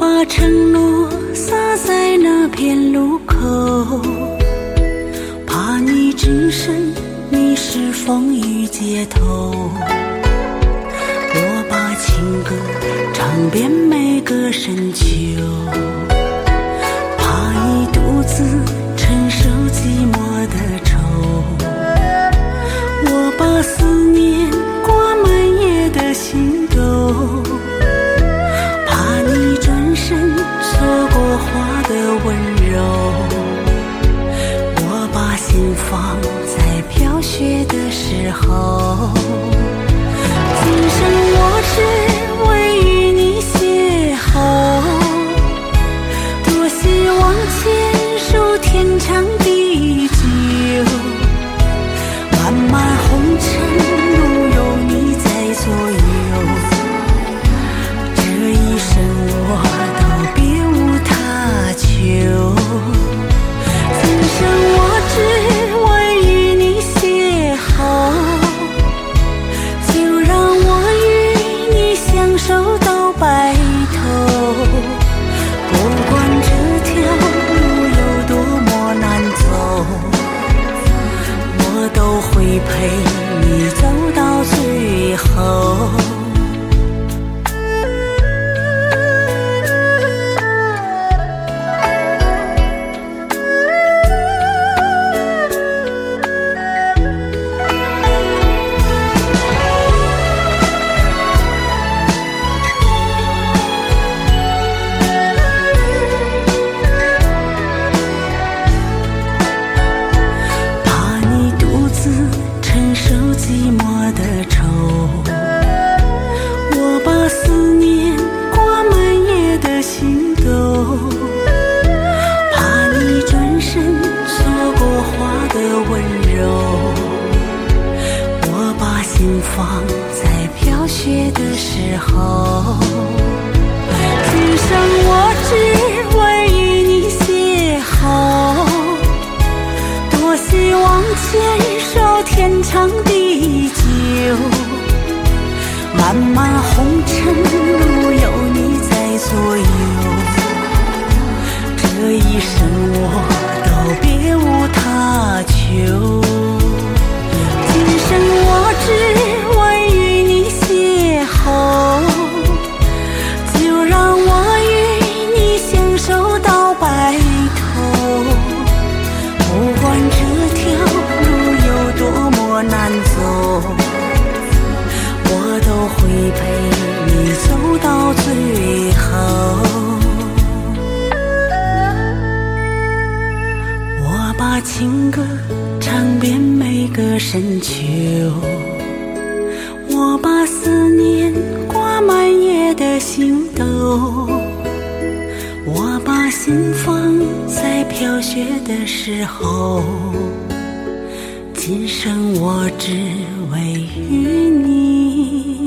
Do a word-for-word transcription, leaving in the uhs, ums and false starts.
把承诺洒在那片路口，怕你只身迷失风雨街头。我把情歌唱遍每个深秋，怕你独自承受寂寞的愁。我把思念挂满夜的心头，怕你转身错过花的温柔。我把心放在飘雪的时候，今生我只为与你邂逅，多希望牵手天长地久。漫漫红尘路有你在左右，这一生我都别无他求。今生我只为与你邂逅，就让我与你相守到白头。不管这条路有多么难走，我都会陪你走到最后。寂寞的愁，我把思念挂满夜的心头，怕你转身错过花的温柔。我把心放在飘雪的时候，今生我只为与你邂逅，多希望牵手天长地久。漫漫红尘路有你在左右，这一生我都别无他求。今生我只为与你邂逅，就让我与你相守到白头。不管这条路有多么难走，我都会陪你走到最后。我把情歌唱遍每个深秋，我把思念挂满夜的心头，我把心放在飘雪的时候，今生我只为与你